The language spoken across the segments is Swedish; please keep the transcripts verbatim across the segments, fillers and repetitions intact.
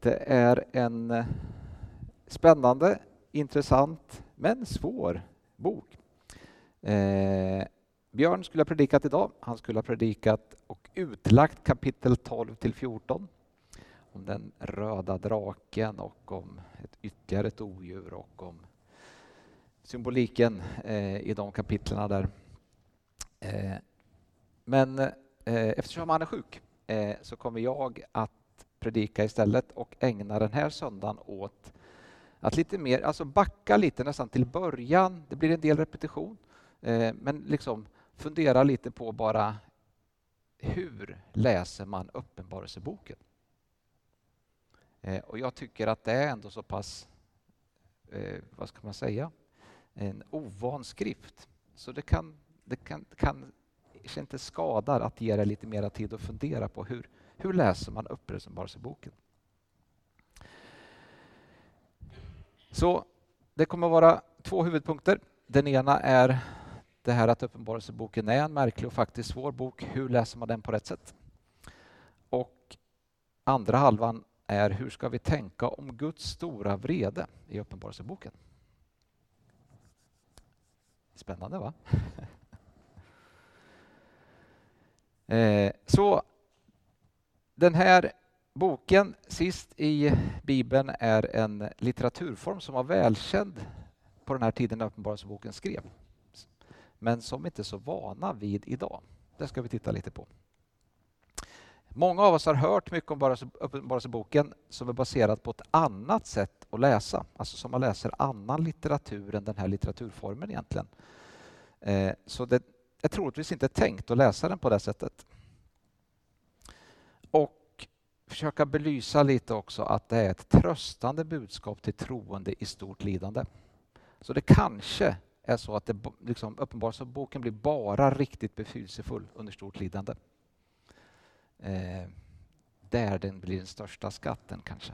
Det är en eh, spännande, intressant men svår bok. Eh, Björn skulle ha predikat idag. Han skulle ha predikat och utlagt kapitel tolv till fjorton om den röda draken och om ett ytterligare ett odjur och om symboliken eh, i de kapitlerna där. Eh, men eh, eftersom han är sjuk eh, så kommer jag att predika istället och ägna den här söndagen åt att lite mer, alltså backa lite nästan till början. Det blir en del repetition, eh, men liksom fundera lite på bara hur läser man Uppenbarelseboken? Eh, och jag tycker att det är ändå så pass, eh, vad ska man säga, en ovan skrift. Så det kan, det kan, kan inte skada att ge det lite mer tid att fundera på hur, hur läser man Uppenbarelseboken. Så det kommer att vara två huvudpunkter. Den ena är det här att Uppenbarelseboken är en märklig och faktiskt svår bok. Hur läser man den på rätt sätt? Och andra halvan är hur ska vi tänka om Guds stora vrede i Uppenbarelseboken? Spännande, va? eh, så den här boken, sist i Bibeln, är en litteraturform som var välkänd på den här tiden när Uppenbarelseboken skrev, men som inte är så vana vid idag. Det ska vi titta lite på. Många av oss har hört mycket om Uppenbarelseboken som är baserat på ett annat sätt att läsa, alltså som man läser annan litteratur än den här litteraturformen egentligen. Eh, så det är troligtvis inte tänkt att läsa den på det sättet. Och försöka belysa lite också att det är ett tröstande budskap till troende i stort lidande. Så det kanske är så att det, liksom, Uppenbarelseboken blir bara riktigt betydelsefull under stort lidande. Eh, där den blir den största skatten kanske.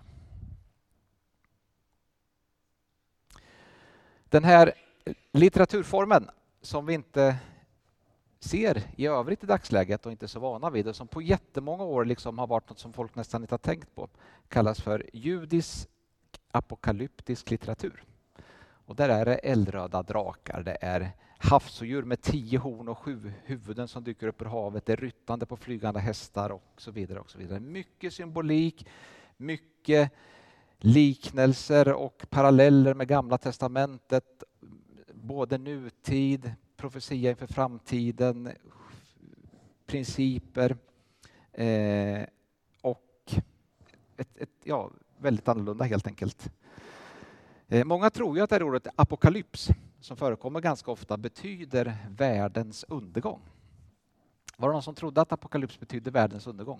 Den här litteraturformen som vi inte ser i övrigt i dagsläget och inte är så vana vid och som på jättemånga år liksom har varit något som folk nästan inte har tänkt på, kallas för judisk apokalyptisk litteratur. Och där är det eldröda drakar, det är havsodjur med tio horn och sju huvuden som dyker upp ur havet, det är ryttande på flygande hästar och så vidare. och så vidare. Mycket symbolik, mycket liknelser och paralleller med Gamla testamentet, både nutid, profetia inför framtiden, principer eh, och ett, ett, ja, väldigt annorlunda helt enkelt. Eh, många tror ju att det här ordet apokalyps, som förekommer ganska ofta, betyder världens undergång. Var det någon som trodde att apokalyps betyder världens undergång?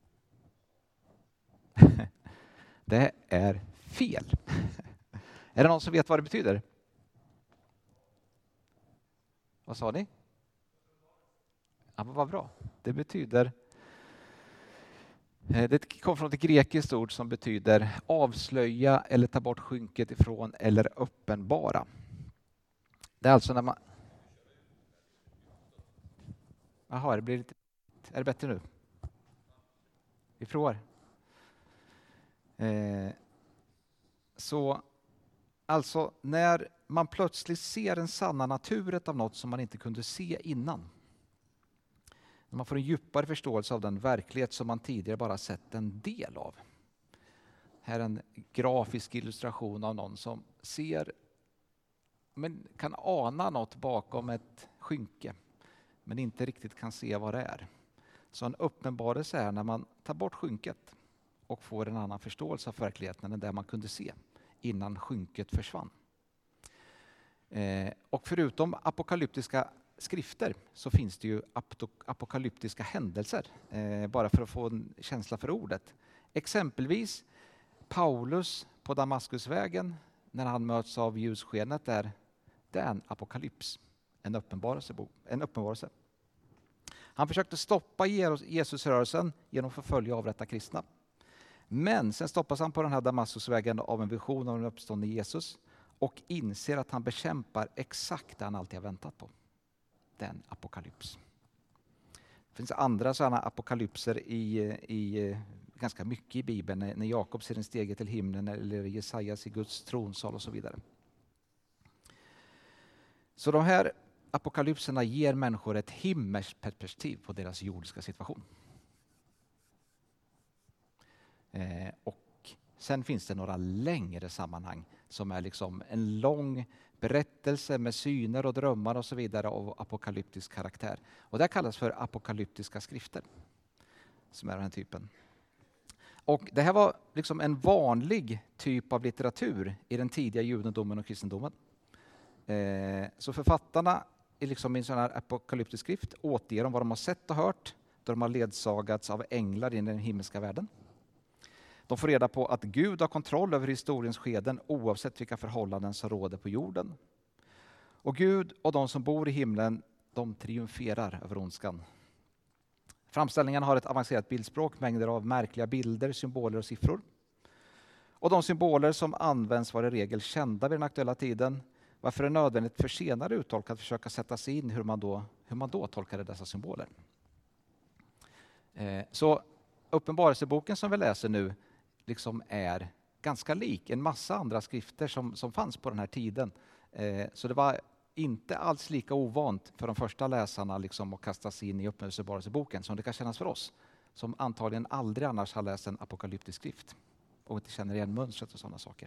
Det är fel. Är det någon som vet vad det betyder? Vad sa ni? Ja, men vad bra. Det betyder... Det kommer från ett grekiskt ord som betyder avslöja eller ta bort skynket ifrån eller uppenbara. Det är alltså när man... Jaha, det blir lite... Är det bättre nu? Vi provar. Eh, så alltså när man plötsligt ser den sanna naturen av något som man inte kunde se innan. När man får en djupare förståelse av den verklighet som man tidigare bara sett en del av. Här är en grafisk illustration av någon som ser, men kan ana något bakom ett skynke, men inte riktigt kan se vad det är. Så en uppenbarelse är när man tar bort skynket och får en annan förståelse av verkligheten än det man kunde se innan skynket försvann. Eh, och förutom apokalyptiska skrifter så finns det ju apokalyptiska händelser, eh, bara för att få en känsla för ordet. Exempelvis Paulus på Damaskusvägen när han möts av ljusskenet där, det är en apokalyps, en uppenbarelse. En uppenbarelse. Han försökte stoppa Jesusrörelsen genom att förfölja och avrätta kristna. Men sen stoppas han på den här Damaskusvägen av en vision av en uppståndne Jesus och inser att han bekämpar exakt det han alltid har väntat på. Den apokalyps. Det finns andra sådana apokalypser i, i ganska mycket i Bibeln. När, när Jakob ser en stege till himlen eller Jesajas i Guds tronsal och så vidare. Så de här apokalypserna ger människor ett himmelskt perspektiv på deras jordiska situation. Eh, och sen finns det några längre sammanhang som är liksom en lång berättelse med syner och drömmar och så vidare av apokalyptisk karaktär. Och det kallas för apokalyptiska skrifter, som är den här typen. Och det här var liksom en vanlig typ av litteratur i den tidiga judendomen och kristendomen. Eh, så författarna i liksom en sån här apokalyptisk skrift återger de vad de har sett och hört då de har ledsagats av änglar i den himmelska världen. De får reda på att Gud har kontroll över historiens skeden oavsett vilka förhållanden som råder på jorden. Och Gud och de som bor i himlen, de triumferar över ondskan. Framställningen har ett avancerat bildspråk, mängder av märkliga bilder, symboler och siffror. Och de symboler som används var i regel kända vid den aktuella tiden, varför det är nödvändigt för senare uttolkare att försöka sätta sig in hur man då, hur man då tolkade dessa symboler. Eh, så Uppenbarelseboken som vi läser nu liksom är ganska lik en massa andra skrifter som, som fanns på den här tiden. Eh, så det var inte alls lika ovant för de första läsarna liksom att kasta sig in i Uppenbarelseboken som det kan kännas för oss, som antagligen aldrig annars har läst en apokalyptisk skrift och inte känner igen mönstret och sådana saker.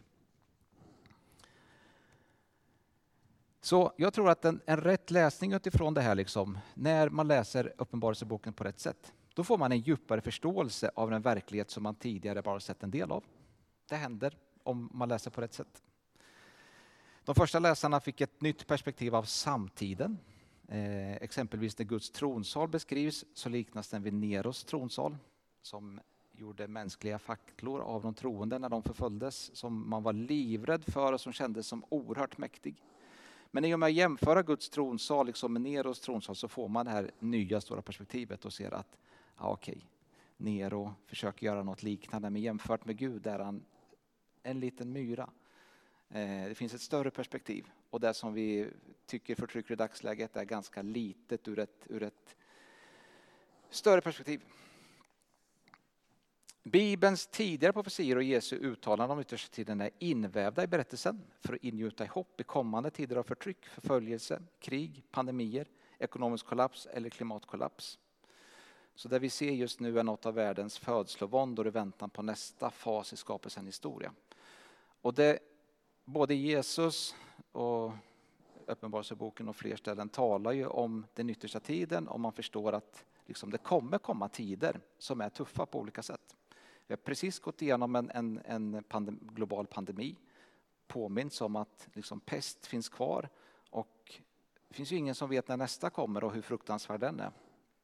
Så jag tror att en, en rätt läsning utifrån det här, liksom, när man läser Uppenbarelseboken på rätt sätt, då får man en djupare förståelse av den verklighet som man tidigare bara sett en del av. Det händer om man läser på rätt sätt. De första läsarna fick ett nytt perspektiv av samtiden. Eh, exempelvis när Guds tronsal beskrivs så liknas den vid Neros tronsal som gjorde mänskliga facklor av de troende när de förföljdes, som man var livrädd för och som kändes som oerhört mäktig. Men i och med att jämföra Guds tronsal liksom med Neros tronsal så får man det här nya stora perspektivet och ser att ja, okej, Nero försöker göra något liknande, men jämfört med Gud är han en liten myra. Eh, det finns ett större perspektiv och det som vi tycker förtrycker i dagsläget är ganska litet ur ett, ur ett större perspektiv. Bibelns tidigare profetior och Jesu uttalanden om yttersta tiden är invävda i berättelsen för att ingjuta i hopp i kommande tider av förtryck, förföljelse, krig, pandemier, ekonomisk kollaps eller klimatkollaps. Så det vi ser just nu är något av världens födslovåndor i väntan på nästa fas i skapelsens historia. Och det både Jesus och Uppenbarelseboken och fler ställen talar ju om den yttersta tiden, om man förstår att liksom det kommer komma tider som är tuffa på olika sätt. Vi har precis gått igenom en, en, en pandem, global pandemi, påminns om att liksom pest finns kvar och det finns ju ingen som vet när nästa kommer och hur fruktansvärd den är.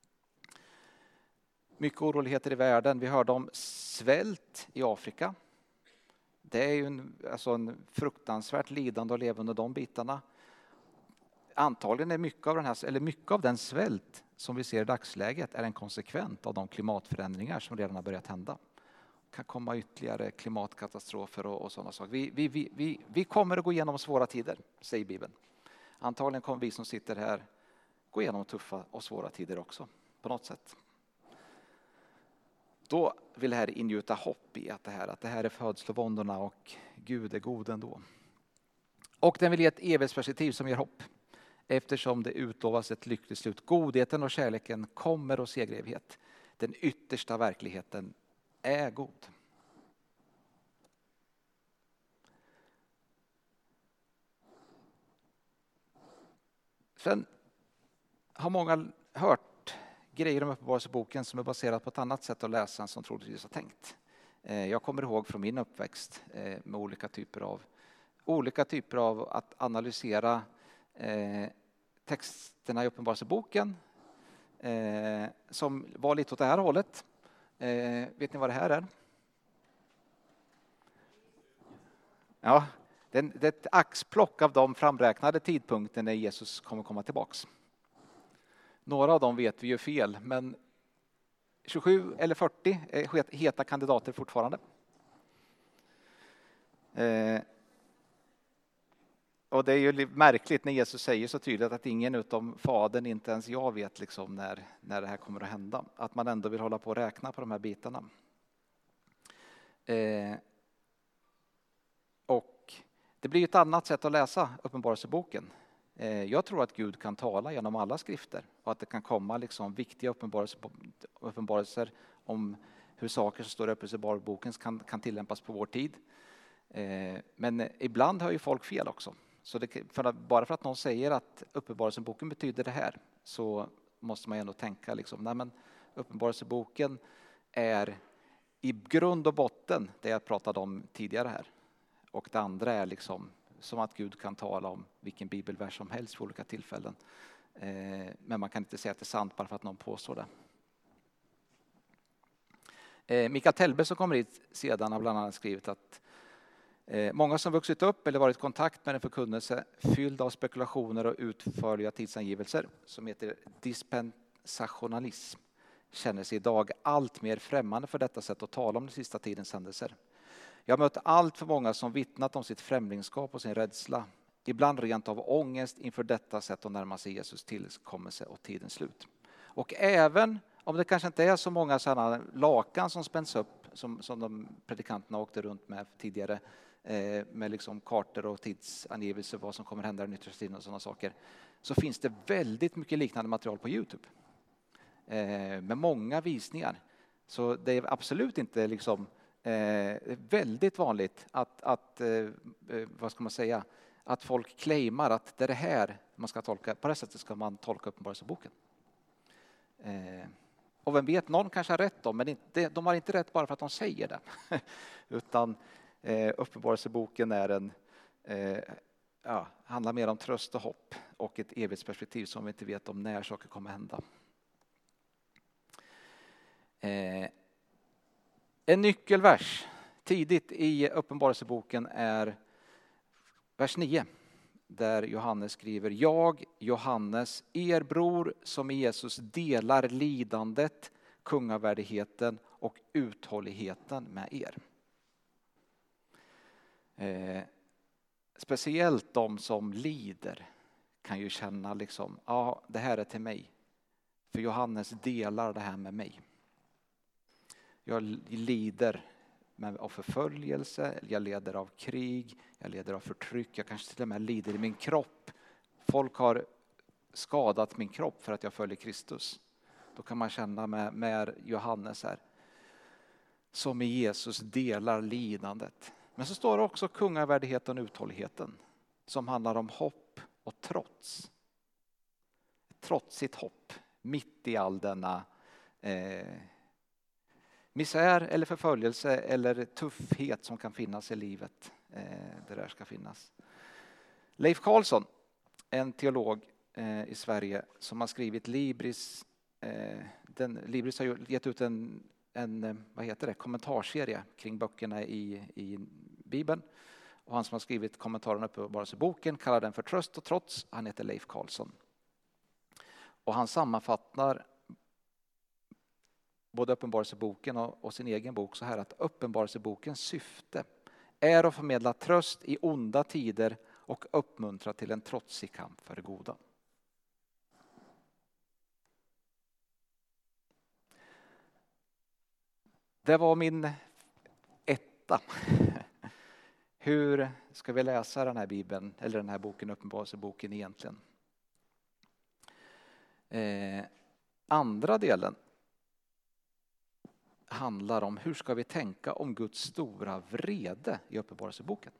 Mycket oroligheter i världen. Vi hörde om svält i Afrika. Det är ju en, alltså en fruktansvärt lidande att leva under de bitarna. Antagligen är mycket av den här, eller mycket av den svält som vi ser i dagsläget är en konsekvent av de klimatförändringar som redan har börjat hända. Det kan komma ytterligare klimatkatastrofer och, och sådana saker. Vi, vi, vi, vi, vi kommer att gå igenom svåra tider, säger Bibeln. Antagligen kommer vi som sitter här gå igenom tuffa och svåra tider också, på något sätt. Då vill det här ingjuta hopp i att det här, att det här är födslovåndorna och Gud är god ändå. Och den vill ge ett evighetsperspektiv som ger hopp. Eftersom det utlovas ett lyckligt slut. Godheten och kärleken kommer och segra evighet. Den yttersta verkligheten är god. Sen har många hört grejer om Uppenbarelseboken som är baserat på ett annat sätt att läsa än som troligtvis har tänkt. Jag kommer ihåg från min uppväxt med olika typer av, olika typer av att analysera texterna i Uppenbarelseboken som var lite åt det här hållet. Vet ni vad det här är? Ja, det är ett axplock av de framräknade tidpunkter när Jesus kommer komma tillbaks. Några av dem vet vi ju fel, men tjugosju eller fyrtio är heta kandidater fortfarande. Eh, och det är ju märkligt när Jesus säger så tydligt att ingen utom Fadern, inte ens jag vet liksom när, när det här kommer att hända. Att man ändå vill hålla på och räkna på de här bitarna. Eh, och det blir ett annat sätt att läsa Uppenbarelseboken. Eh, jag tror att Gud kan tala genom alla skrifter och att det kan komma liksom viktiga uppenbarelser, uppenbarelser om hur saker som står i Uppenbarelseboken kan, kan tillämpas på vår tid. Eh, men ibland hör ju folk fel också. Så det, för att, bara för att någon säger att Uppenbarelseboken betyder det här, så måste man ändå tänka liksom, nej men Uppenbarelseboken är i grund och botten det jag pratade om tidigare här. Och det andra är liksom som att Gud kan tala om vilken bibelvers som helst för olika tillfällen. Eh, men man kan inte säga att det är sant bara för att någon påstår det. Eh, Mikael Tellberg som kommer hit sedan har bland annat skrivit att eh, många som vuxit upp eller varit i kontakt med en förkunnelse fylld av spekulationer och utförliga tidsangivelser som heter dispensationalism känner sig idag allt mer främmande för detta sätt att tala om den sista tidens händelser. Jag har mött allt för många som vittnat om sitt främlingskap och sin rädsla. Ibland rent av ångest inför detta sätt att närma sig Jesus tillkommelse och tidens slut. Och även om det kanske inte är så många sådana lakan som spänns upp som, som de predikanterna åkte runt med tidigare eh, med liksom kartor och tidsangivelser vad som kommer hända i den yttre tiden och sådana saker, så finns det väldigt mycket liknande material på YouTube eh, med många visningar. Så det är absolut inte liksom Eh, väldigt vanligt att, att eh, vad ska man säga, att folk claimar att det är det här man ska tolka, på det sättet ska man tolka Uppenbarelseboken. Eh, och vem vet, någon kanske har rätt då, men inte, de har inte rätt bara för att de säger det. Utan eh, Uppenbarelseboken är en, eh, ja, handlar mer om tröst och hopp och ett evighetsperspektiv som vi inte vet om när saker kommer hända. Eh, En nyckelvers tidigt i Uppenbarelseboken är vers nio. Där Johannes skriver: Jag, Johannes, er bror som i Jesus delar lidandet, kungavärdigheten och uthålligheten med er. Eh, speciellt de som lider kan ju känna liksom, ja, det här är till mig. För Johannes delar det här med mig. Jag lider av förföljelse, jag lider av krig, jag lider av förtryck, jag kanske till och med lider i min kropp. Folk har skadat min kropp för att jag följer Kristus. Då kan man känna med, med Johannes här, som i Jesus delar lidandet. Men så står det också kungavärdigheten och uthålligheten, som handlar om hopp och trots. Trotsigt hopp, mitt i all denna eh, misär eller förföljelse eller tuffhet som kan finnas i livet. Eh, det där ska finnas. Leif Karlsson, en teolog eh, i Sverige som har skrivit Libris. Eh, den, Libris har gett ut en, en vad heter det, kommentarserie kring böckerna i, i Bibeln. Och han som har skrivit kommentaren uppe på Uppenbarelseboken kallar den för Tröst och trots. Han heter Leif Karlsson. Och han sammanfattar både Uppenbarelseboken och, och sin egen bok så här, att Uppenbarelsebokens syfte är att förmedla tröst i onda tider och uppmuntra till en trotsig kamp för det goda. Det var min etta. Hur ska vi läsa den här Bibeln eller den här boken, Uppenbarelseboken egentligen? Eh, andra delen handlar om hur ska vi tänka om Guds stora vrede i Uppenbarelseboken.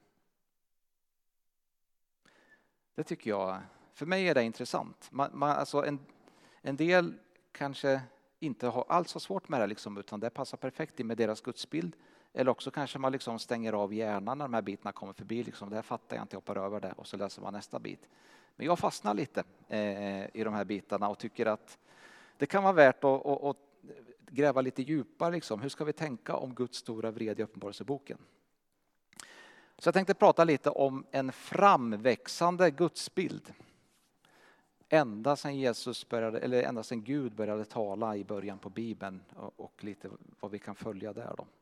Det tycker jag, för mig är det intressant. Man, man, alltså en, en del kanske inte har alls så svårt med det liksom, utan det passar perfekt in med deras gudsbild. Eller också kanske man liksom stänger av hjärnan när de här bitarna kommer förbi. Liksom, det här fattar jag inte, jag hoppar över det och så läser man nästa bit. Men jag fastnar lite eh, i de här bitarna och tycker att det kan vara värt att, att, att gräva lite djupare. Liksom. Hur ska vi tänka om Guds stora vrede i Uppenbarelseboken? Så jag tänkte prata lite om en framväxande gudsbild. Ända sedan Jesus började, eller ända sedan Gud började tala i början på Bibeln och, och lite vad vi kan följa där då.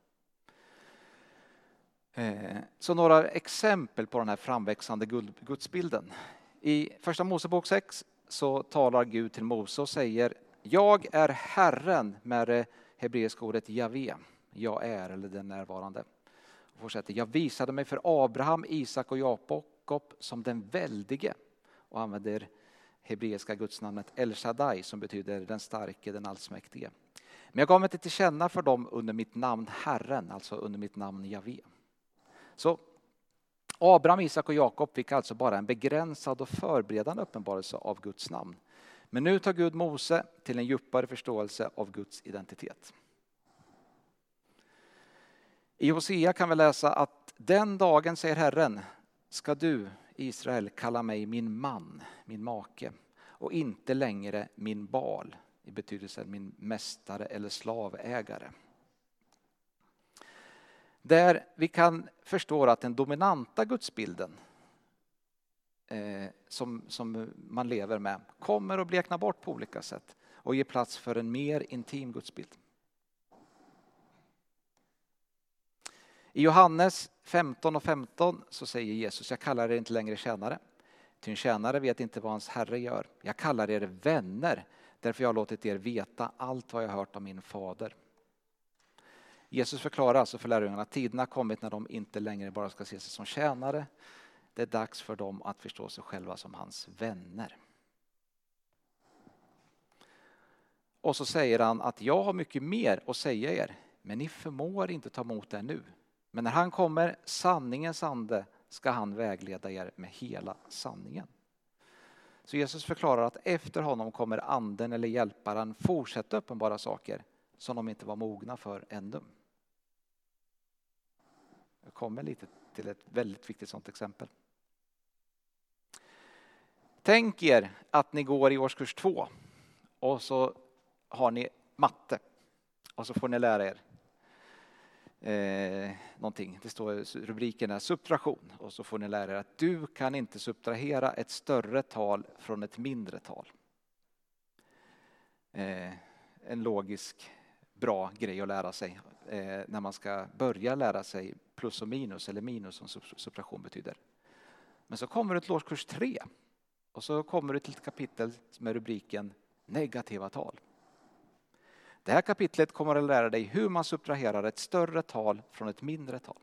Eh, så några exempel på den här framväxande gudsbilden. I första Mosebok sex så talar Gud till Mose och säger: Jag är Herren, med det hebreiska ordet Javé. jag är eller den närvarande. Och fortsätter, jag visade mig för Abraham, Isak och Jakob som den väldige. Och använder hebreiska gudsnamnet El Shaddai som betyder den starke, den allsmäktige. Men jag gav mig till känna för dem under mitt namn Herren, alltså under mitt namn Javé. Så Abraham, Isak och Jakob fick alltså bara en begränsad och förberedande uppenbarelse av Guds namn. Men nu tar Gud Mose till en djupare förståelse av Guds identitet. I Hosea kan vi läsa att den dagen, säger Herren, ska du, Israel, kalla mig min man, min make, och inte längre min bal, i betydelsen min mästare eller slavägare. Där vi kan förstå att den dominanta gudsbilden eh, som, som man lever med kommer att blekna bort på olika sätt och ge plats för en mer intim gudsbild. I Johannes femton och femton så säger Jesus, jag kallar er inte längre tjänare. Ty en tjänare vet inte vad hans herre gör. Jag kallar er vänner, därför jag har låtit er veta allt vad jag har hört av min fader. Jesus förklarar alltså för lärjungarna att tiden har kommit när de inte längre bara ska se sig som tjänare. Det är dags för dem att förstå sig själva som hans vänner. Och så säger han att jag har mycket mer att säga er, men ni förmår inte ta emot det nu. Men när han kommer, sanningens ande, ska han vägleda er med hela sanningen. Så Jesus förklarar att efter honom kommer anden eller hjälparen fortsätta uppenbara saker som de inte var mogna för ännu. Jag kommer lite till ett väldigt viktigt sådant exempel. Tänk er att ni går i årskurs två och så har ni matte och så får ni lära er eh, någonting. Det står rubriken är subtraktion och så får ni lära er att du kan inte subtrahera ett större tal från ett mindre tal. Eh, en logisk bra grej att lära sig eh, när man ska börja lära sig plus och minus eller minus som subtraktion betyder. Men så kommer du till årskurs tre och så kommer du till ett kapitel med rubriken negativa tal. Det här kapitlet kommer att lära dig hur man subtraherar ett större tal från ett mindre tal.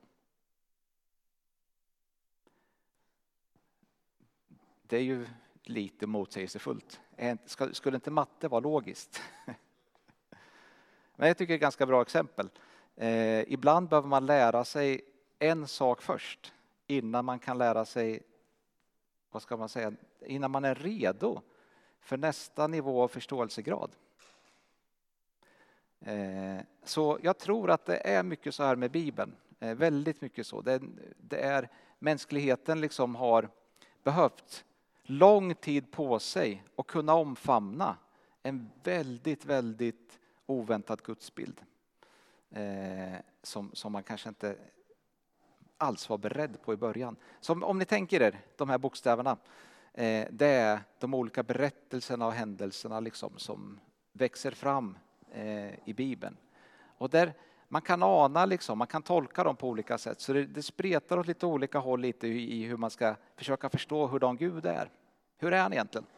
Det är ju lite motsägelsefullt. Skulle inte matte vara logiskt? Men jag tycker det är ett ganska bra exempel. Eh, ibland behöver man lära sig en sak först innan man kan lära sig, vad ska man säga, innan man är redo för nästa nivå av förståelsegrad. Eh, så jag tror att det är mycket så här med Bibeln. Eh, väldigt mycket så. Det, det är mänskligheten liksom har behövt lång tid på sig och kunna omfamna en väldigt, väldigt oväntad gudsbild. Eh, som, som man kanske inte alls var beredd på i början. Så om ni tänker er de här bokstäverna. Eh, det är de olika berättelserna och händelserna liksom, som växer fram eh, i Bibeln. Och där man kan ana, liksom, man kan tolka dem på olika sätt. Så det, det spretar åt lite olika håll lite i, i hur man ska försöka förstå hur de Gud är. Hur är han egentligen?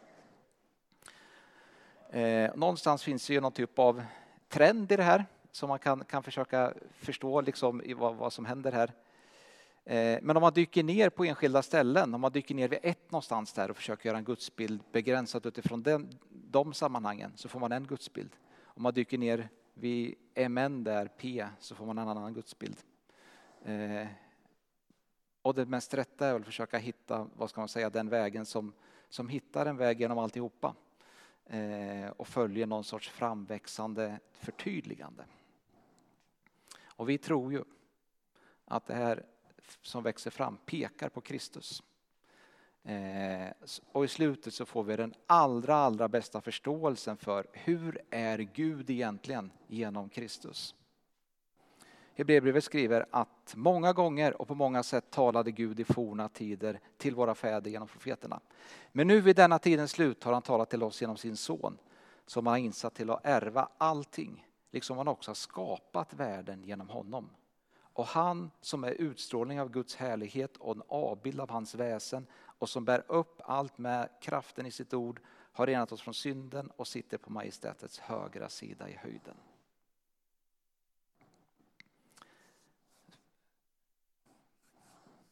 Eh, någonstans finns ju någon typ av trend i det här som man kan, kan försöka förstå liksom, i vad, vad som händer här. Eh, men om man dyker ner på enskilda ställen, om man dyker ner vid ett någonstans där och försöker göra en gudsbild begränsat utifrån den, de sammanhangen, så får man en gudsbild. Om man dyker ner vid M N där, P, så får man en annan gudsbild. Eh, och det mest rätta är att försöka hitta, vad ska man säga, den vägen som, som hittar en väg genom alltihopa. Eh, och följer någon sorts framväxande förtydligande. Och vi tror ju att det här som växer fram pekar på Kristus. Eh, och i slutet så får vi den allra, allra bästa förståelsen för hur är Gud egentligen genom Kristus. Hebreerbrevet skriver att många gånger och på många sätt talade Gud i forna tider till våra fäder genom profeterna. Men nu vid denna tidens slut har han talat till oss genom sin son som har insatt till att ärva allting, liksom han också har skapat världen genom honom. Och han som är utstrålning av Guds härlighet och en avbild av hans väsen och som bär upp allt med kraften i sitt ord har renat oss från synden och sitter på majestätets högra sida i höjden.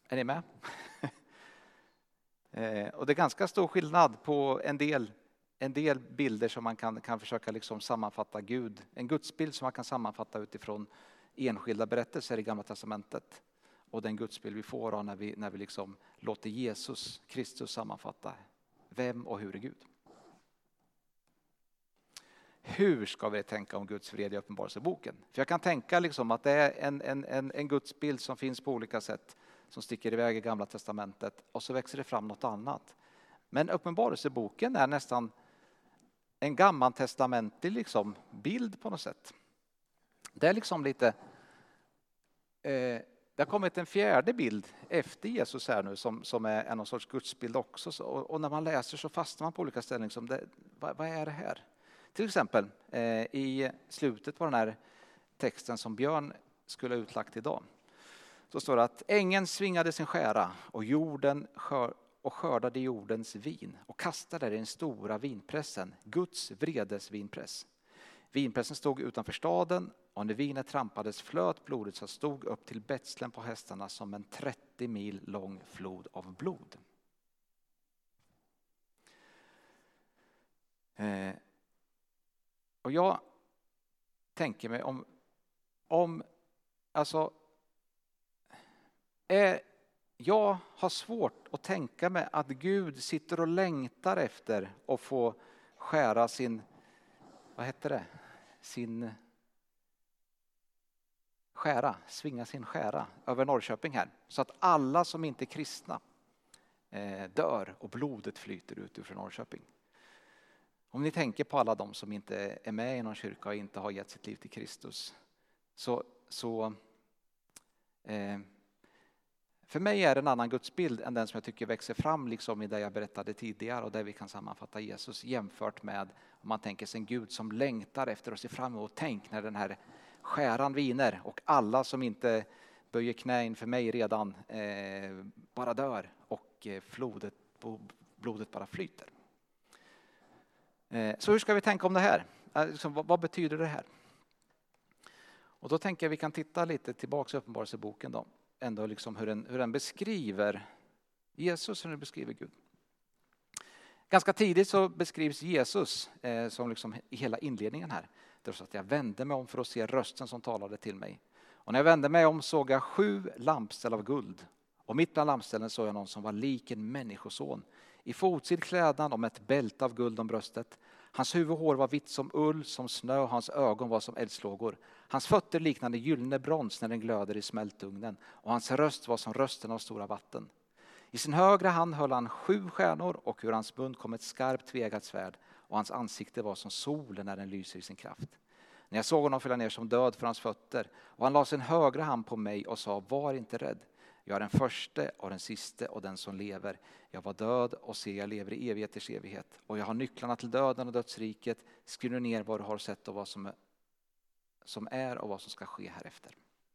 Är ni med? eh, och det är ganska stor skillnad på en del, en del bilder som man kan, kan försöka liksom sammanfatta Gud. En gudsbild som man kan sammanfatta utifrån enskilda berättelser i Gamla testamentet. Och den gudsbild vi får då när vi, när vi liksom låter Jesus Kristus sammanfatta vem och hur är Gud. Hur ska vi tänka om Guds vrede i Uppenbarelseboken? För jag kan tänka liksom att det är en, en, en, en gudsbild som finns på olika sätt. Som sticker iväg i Gamla testamentet. Och så växer det fram något annat. Men Uppenbarelseboken är nästan en gammaltestamentlig liksom bild på något sätt. Det är liksom lite... Eh, det har kommit en fjärde bild efter Jesus här nu som, som är en sorts gudsbild också. Så, och, och när man läser så fastnar man på olika ställen. Liksom det, vad, vad är det här? Till exempel eh, i slutet på den här texten som Björn skulle ha utlagt idag. Så står det att ängeln svingade sin skära och, jorden skör, och skördade jordens vin och kastade det i den stora vinpressen, Guds vredes vinpress. Vinpressen stod utanför staden och när vinet trampades flöt blodet som stod upp till betslen på hästarna som en trettio mil lång flod av blod. Eh, och jag tänker mig om, om alltså, är, jag har svårt att tänka mig att Gud sitter och längtar efter att få skära sin, vad heter det, sin skära, svinga sin skära över Norrköping här. Så att alla som inte är kristna eh, dör och blodet flyter ut ur Norrköping. Om ni tänker på alla de som inte är med i någon kyrka och inte har gett sitt liv till Kristus. Så, så eh, för mig är det en annan gudsbild än den som jag tycker växer fram liksom i det jag berättade tidigare och där vi kan sammanfatta Jesus jämfört med om man tänker sig en Gud som längtar efter att se fram emot. Tänk när den här skäran viner och alla som inte böjer knä inför mig redan eh, bara dör och eh, flodet, blodet bara flyter. Eh, så hur ska vi tänka om det här? Alltså, vad, vad betyder det här? Och då tänker jag vi kan titta lite tillbaka i Uppenbarelseboken då. Ändå liksom hur den, hur den beskriver Jesus, hur den beskriver Gud. Ganska tidigt så beskrivs Jesus eh, som liksom i hela inledningen här. Det är så att jag vände mig om för att se rösten som talade till mig. Och när jag vände mig om såg jag sju lampställ av guld. Och mitt bland lampställen såg jag någon som var lik en människoson. I fotsid klädnad och med ett bälte av guld om bröstet. Hans huvudhår var vitt som ull, som snö och hans ögon var som eldslågor. Hans fötter liknande gyllene brons när den glöder i smältugnen. Och hans röst var som rösten av stora vatten. I sin högra hand höll han sju stjärnor och ur hans mun kom ett skarpt tvegat svärd. Och hans ansikte var som solen när den lyser i sin kraft. När jag såg honom föll jag ner som död för hans fötter. Och han la sin högra hand på mig och sa, var inte rädd. Jag är den första och den siste och den som lever. Jag var död och se jag lever i evigheters evighet. Och jag har nycklarna till döden och dödsriket. Skriv ner vad du har sett och vad som är, som är och vad som ska ske härefter.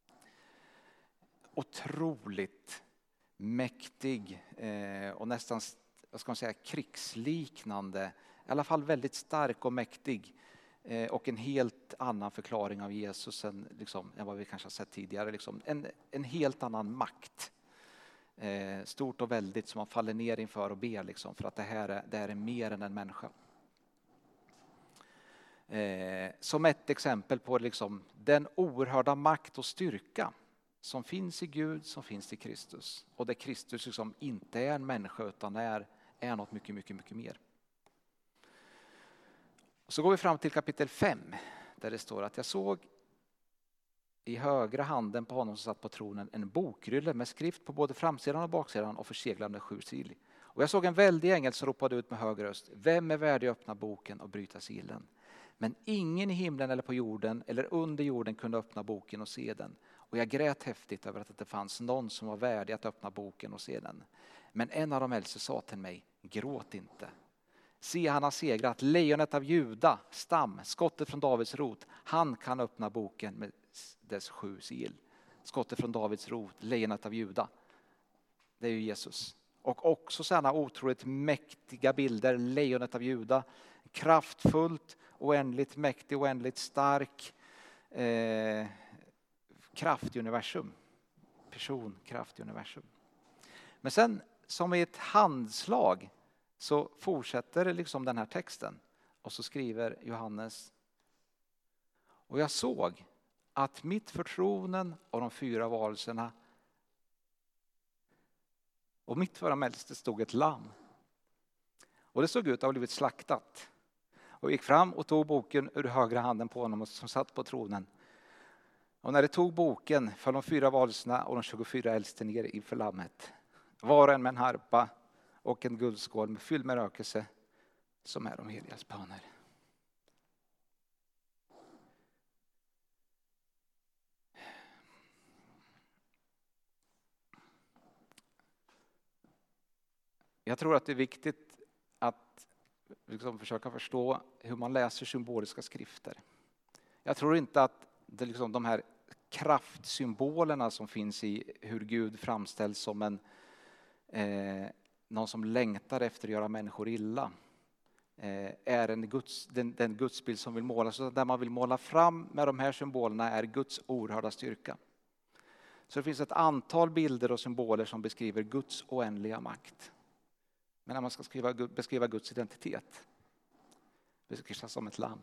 Otroligt mäktig eh, och nästan, vad ska man säga, krigsliknande. I alla fall väldigt stark och mäktig. Eh, och en helt annan förklaring av Jesus än, liksom, än vad vi kanske har sett tidigare. Liksom. En, en helt annan makt. Eh, stort och väldigt som man faller ner inför och ber. Liksom, för att det här är, det här är mer än en människa. Eh, som ett exempel på liksom, den oerhörda makt och styrka som finns i Gud, som finns i Kristus. Och där Kristus liksom inte är en människa utan är, är något mycket, mycket, mycket mer. Så går vi fram till kapitel fem där det står att jag såg i högra handen på honom som satt på tronen en bokrulle med skrift på både framsidan och baksidan och förseglad med sju sil. Och jag såg en väldig ängel som ropade ut med hög röst, vem är värdig att öppna boken och bryta silen? Men ingen i himlen eller på jorden eller under jorden kunde öppna boken och se den. Och jag grät häftigt över att det inte fanns någon som var värdig att öppna boken och se den. Men en av de äldste sa till mig, gråt inte. Se, han har segrat, lejonet av Juda, stam, skottet från Davids rot. Han kan öppna boken med dess sju sil. Skottet från Davids rot, lejonet av Juda. Det är ju Jesus. Och också sådana otroligt mäktiga bilder, lejonet av Juda. Kraftfullt, oändligt mäktig, oändligt stark. Eh, kraft i universum. Person, kraft i universum. Men sen som i ett handslag så fortsätter liksom den här texten. Och så skriver Johannes: och jag såg att mitt för tronen och de fyra varelserna och mitt för dem äldste stod ett lamm. Och det såg ut att ha blivit slaktat. Och gick fram och tog boken ur högra handen på honom som satt på tronen. Och när det tog boken föll de fyra varelserna och de tjugofyra äldste ner inför lammet. Var och en med en harpa och en guldskål med fylld med rökelse som är de heligas böner. Jag tror att det är viktigt att liksom försöka förstå hur man läser symboliska skrifter. Jag tror inte att det liksom de här kraftsymbolerna som finns i hur Gud framställs som en eh, någon som längtar efter att göra människor illa eh, är en Guds, den, den gudsbild som vill måla. Så där man vill måla fram med de här symbolerna är Guds oerhörda styrka. Så det finns ett antal bilder och symboler som beskriver Guds oändliga makt. Men när man ska skriva, beskriva Guds identitet beskrivs han som ett lamm.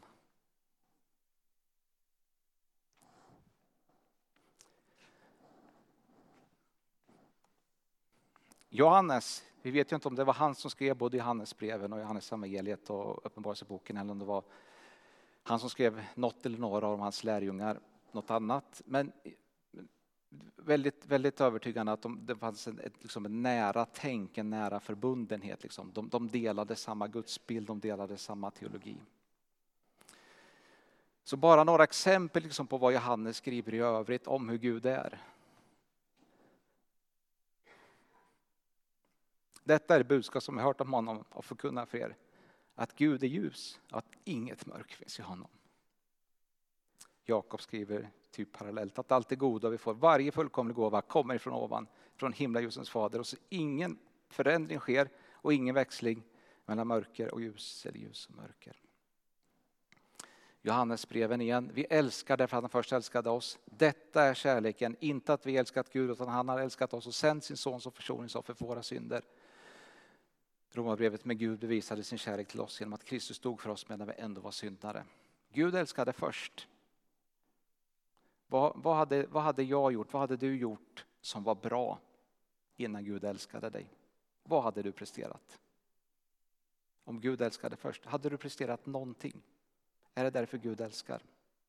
Johannes, vi vet ju inte om det var han som skrev både Johannesbreven och Johannes evangeliet och Uppenbarelseboken, eller om det var han som skrev något eller några av hans lärjungar, något annat. Men väldigt, väldigt övertygande att de, det fanns en, ett, liksom en nära tänk, en nära förbundenhet. Liksom. De, de delade samma gudsbild, de delade samma teologi. Så bara några exempel liksom på vad Johannes skriver i övrigt om hur Gud är. Detta är det budskap som jag hört om honom och förkunnar för er. Att Gud är ljus, att inget mörk finns i honom. Jakob skriver typ parallellt att allt det goda vi får, varje fullkomlig gåva kommer ifrån ovan, från himlaljusens fader. Och så ingen förändring sker och ingen växling mellan mörker och ljus eller ljus och mörker. Johannesbreven igen. Vi älskar därför att han först älskade oss. Detta är kärleken, inte att vi älskat Gud utan han har älskat oss och sänt sin son som försoningsoffer för våra synder. Romarbrevet med Gud bevisade sin kärlek till oss genom att Kristus dog för oss medan vi ändå var syndare. Gud älskade först. Vad, vad, hade, vad hade jag gjort? Vad hade du gjort som var bra innan Gud älskade dig? Vad hade du presterat? Om Gud älskade först, hade du presterat någonting? Är det därför Gud älskar?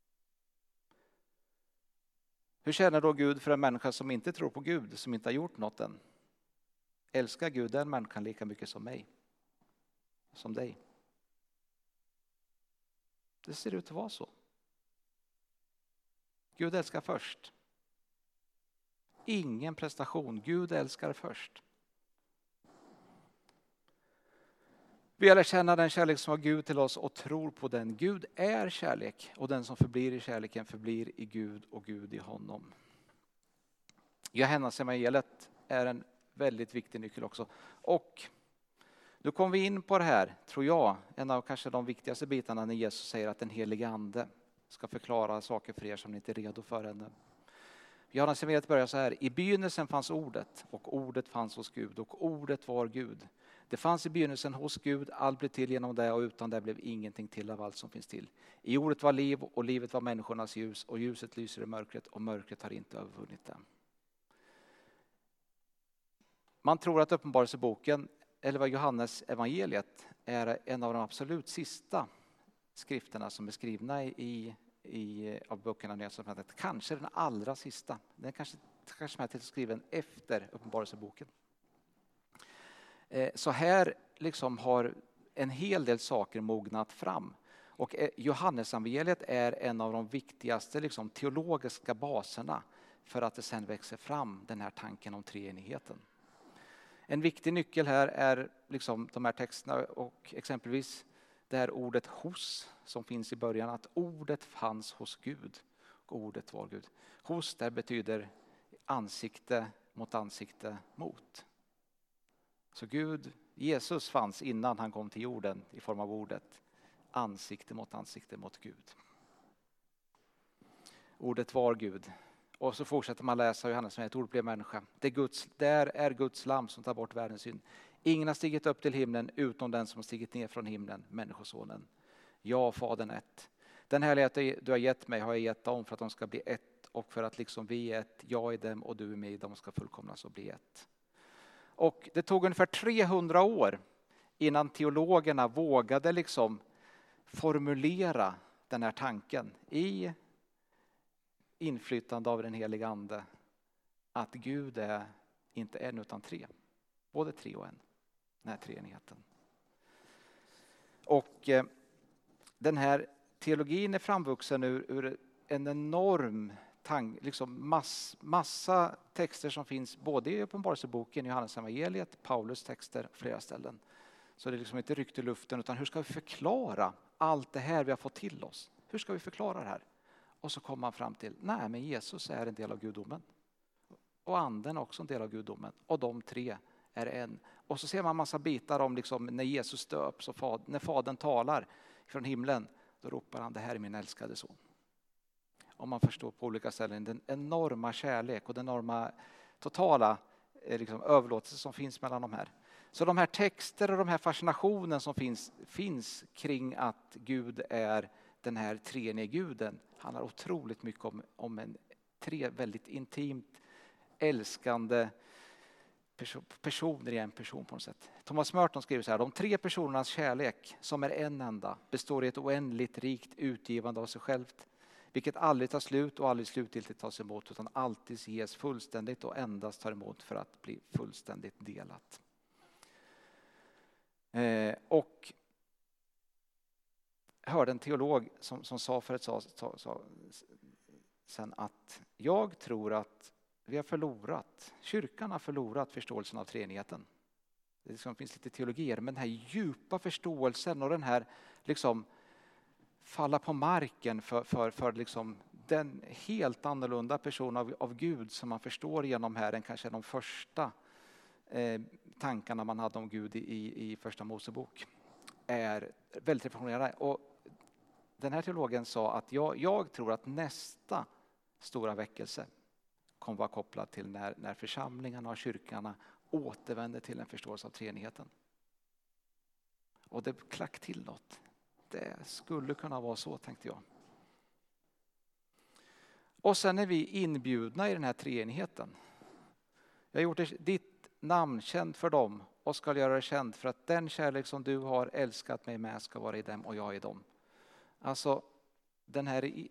Hur känner då Gud för en människa som inte tror på Gud, som inte har gjort något än? Älskar Gud den människan lika mycket som mig? Som dig? Det ser ut att vara så. Gud älskar först. Ingen prestation. Gud älskar först. Vi lär känna den kärlek som har Gud till oss och tror på den. Gud är kärlek och den som förblir i kärleken förblir i Gud och Gud i honom. Johannes evangeliet är en väldigt viktig nyckel också. Och nu kommer vi in på det här, tror jag, en av kanske de viktigaste bitarna när Jesus säger att den helige ande ska förklara saker för er som ni inte är redo för ännu. Johannes evangeliet börjar så här: i begynnelsen fanns ordet och ordet fanns hos Gud och ordet var Gud. Det fanns i begynnelsen hos Gud, allt blev till genom det och utan det blev ingenting till av allt som finns till. I ordet var liv och livet var människornas ljus och ljuset lyser i mörkret och mörkret har inte övervunnit det. Man tror att Uppenbarelseboken, eller vad Johannes evangeliet, är en av de absolut sista skrifterna som är skrivna i, i av böckerna Nya testamentet. Kanske den allra sista. Den kanske, kanske är till skriven efter Uppenbarelseboken. Så här liksom har en hel del saker mognat fram. Och Johannes evangeliet är en av de viktigaste liksom, teologiska baserna för att det sen växer fram den här tanken om treenigheten. En viktig nyckel här är liksom de här texterna och exempelvis det här ordet hos som finns i början, att ordet fanns hos Gud och ordet var Gud. Hos där betyder ansikte mot ansikte mot. Så Gud, Jesus fanns innan han kom till jorden i form av ordet, ansikte mot ansikte mot Gud. Ordet var Gud Och så fortsätter man läsa Johannes som ett ord blev människa. Det är Guds, där är Guds lam som tar bort världens synd. Ingen har stigit upp till himlen utom den som har stigit ner från himlen, människosonen. Jag, Fadern, ett. Den härlighet du har gett mig har jag gett dem för att de ska bli ett och för att liksom vi är ett, jag är dem och du är mig, de ska fullkomnas och bli ett. Och det tog ungefär trehundra år innan teologerna vågade liksom formulera den här tanken i inflytande av den heliga ande att Gud är inte en utan tre, både tre och en, den här treenigheten. Och eh, den här teologin är framvuxen ur, ur en enorm tank, liksom mass, massa texter som finns både i Uppenbarelseboken, Johannes evangeliet, Paulus texter, flera ställen. Så det är liksom inte ryckt i luften, utan hur ska vi förklara allt det här vi har fått till oss? Hur ska vi förklara det här? Och så kommer man fram till, nej men Jesus är en del av gudomen. Och anden är också en del av gudomen. Och de tre är en. Och så ser man massa bitar om liksom när Jesus döps och fad, när fadern talar från himlen, då ropar han, det här är min älskade son. Om man förstår på olika ställen den enorma kärlek och den enorma totala liksom, överlåtelse som finns mellan de här. Så de här texter och de här fascinationen som finns, finns kring att Gud är den här treenige guden handlar otroligt mycket om, om en tre väldigt intimt älskande perso- personer i en person på något sätt. Thomas Merton skriver så här, de tre personernas kärlek som är en enda består i ett oändligt rikt utgivande av sig självt, vilket aldrig tar slut och aldrig slutgiltigt tas emot utan alltid ges fullständigt och endast tar emot för att bli fullständigt delat. Eh, och jag hörde en teolog som, som sa för ett sa, sa, sa, sen att jag tror att vi har förlorat, kyrkan har förlorat förståelsen av treenigheten. Det liksom finns lite teologier, men den här djupa förståelsen och den här liksom falla på marken för, för, för liksom den helt annorlunda person av, av Gud som man förstår genom här än kanske de första eh, tankarna man hade om Gud i, i första Mosebok är väldigt reformerade. Och den här teologen sa att jag, jag tror att nästa stora väckelse kommer vara kopplad till när, när församlingarna och kyrkorna återvänder till en förståelse av treenigheten. Och det klack till något. Det skulle kunna vara så, tänkte jag. Och sen är vi inbjudna i den här treenigheten. Jag har gjort ditt namn känt för dem och ska göra det känt för att den kärlek som du har älskat mig med ska vara i dem och jag i dem. Alltså den här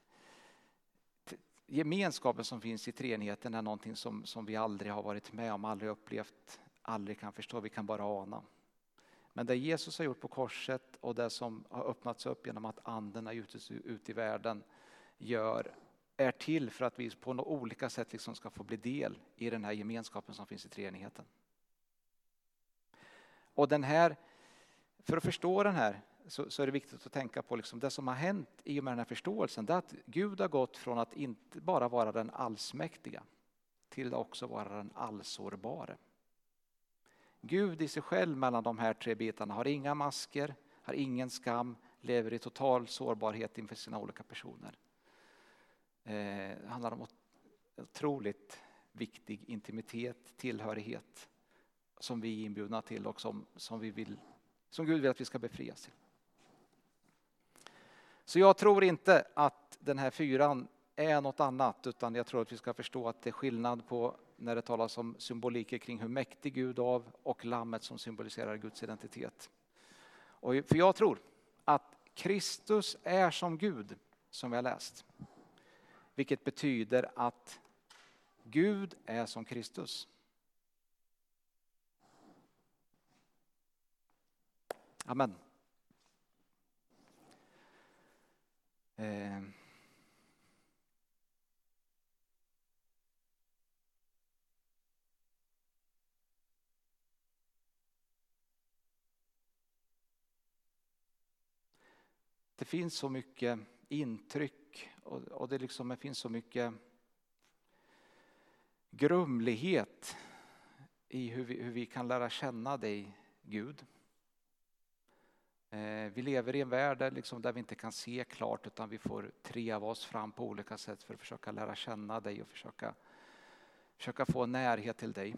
gemenskapen som finns i treenigheten är någonting som, som vi aldrig har varit med om, aldrig upplevt, aldrig kan förstå, vi kan bara ana. Men det Jesus har gjort på korset och det som har öppnats upp genom att anden är ute ut i världen gör, är till för att vi på några olika sätt liksom ska få bli del i den här gemenskapen som finns i treenigheten. Och den här, för att förstå den här så, så är det viktigt att tänka på liksom det som har hänt i och med den här förståelsen. Det är att Gud har gått från att inte bara vara den allsmäktiga till att också vara den allsårbare. Gud i sig själv mellan de här tre bitarna har inga masker, har ingen skam, lever i total sårbarhet inför sina olika personer. Eh, det handlar om otroligt viktig intimitet, tillhörighet som vi är inbjudna till och som, som, vi vill, som Gud vill att vi ska befrias till. Så jag tror inte att den här fyran är något annat, utan jag tror att vi ska förstå att det är skillnad på när det talas om symboliker kring hur mäktig Gud av och lammet som symboliserar Guds identitet. Och för jag tror att Kristus är som Gud, som vi har läst. Vilket betyder att Gud är som Kristus. Amen. Eh. Det finns så mycket intryck och, och det, liksom, det finns så mycket grumlighet i hur vi, hur vi kan lära känna dig, Gud. Vi lever i en värld där, liksom, där vi inte kan se klart, utan vi får treva oss fram på olika sätt för att försöka lära känna dig och försöka, försöka få närhet till dig.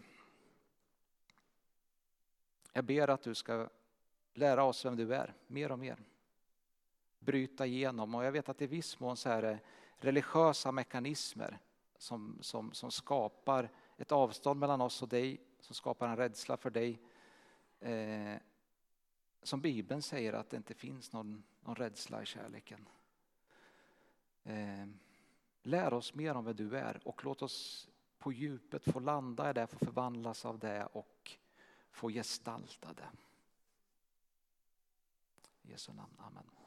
Jag ber att du ska lära oss vem du är, mer och mer. Bryta igenom, och jag vet att i viss mån så är det religiösa mekanismer som, som, som skapar ett avstånd mellan oss och dig, som skapar en rädsla för dig. Eh, som Bibeln säger att det inte finns någon, någon rädsla i kärleken. Eh, lär oss mer om vad du är och låt oss på djupet få landa i det, få förvandlas av det och få gestalta det. I Jesu namn, amen.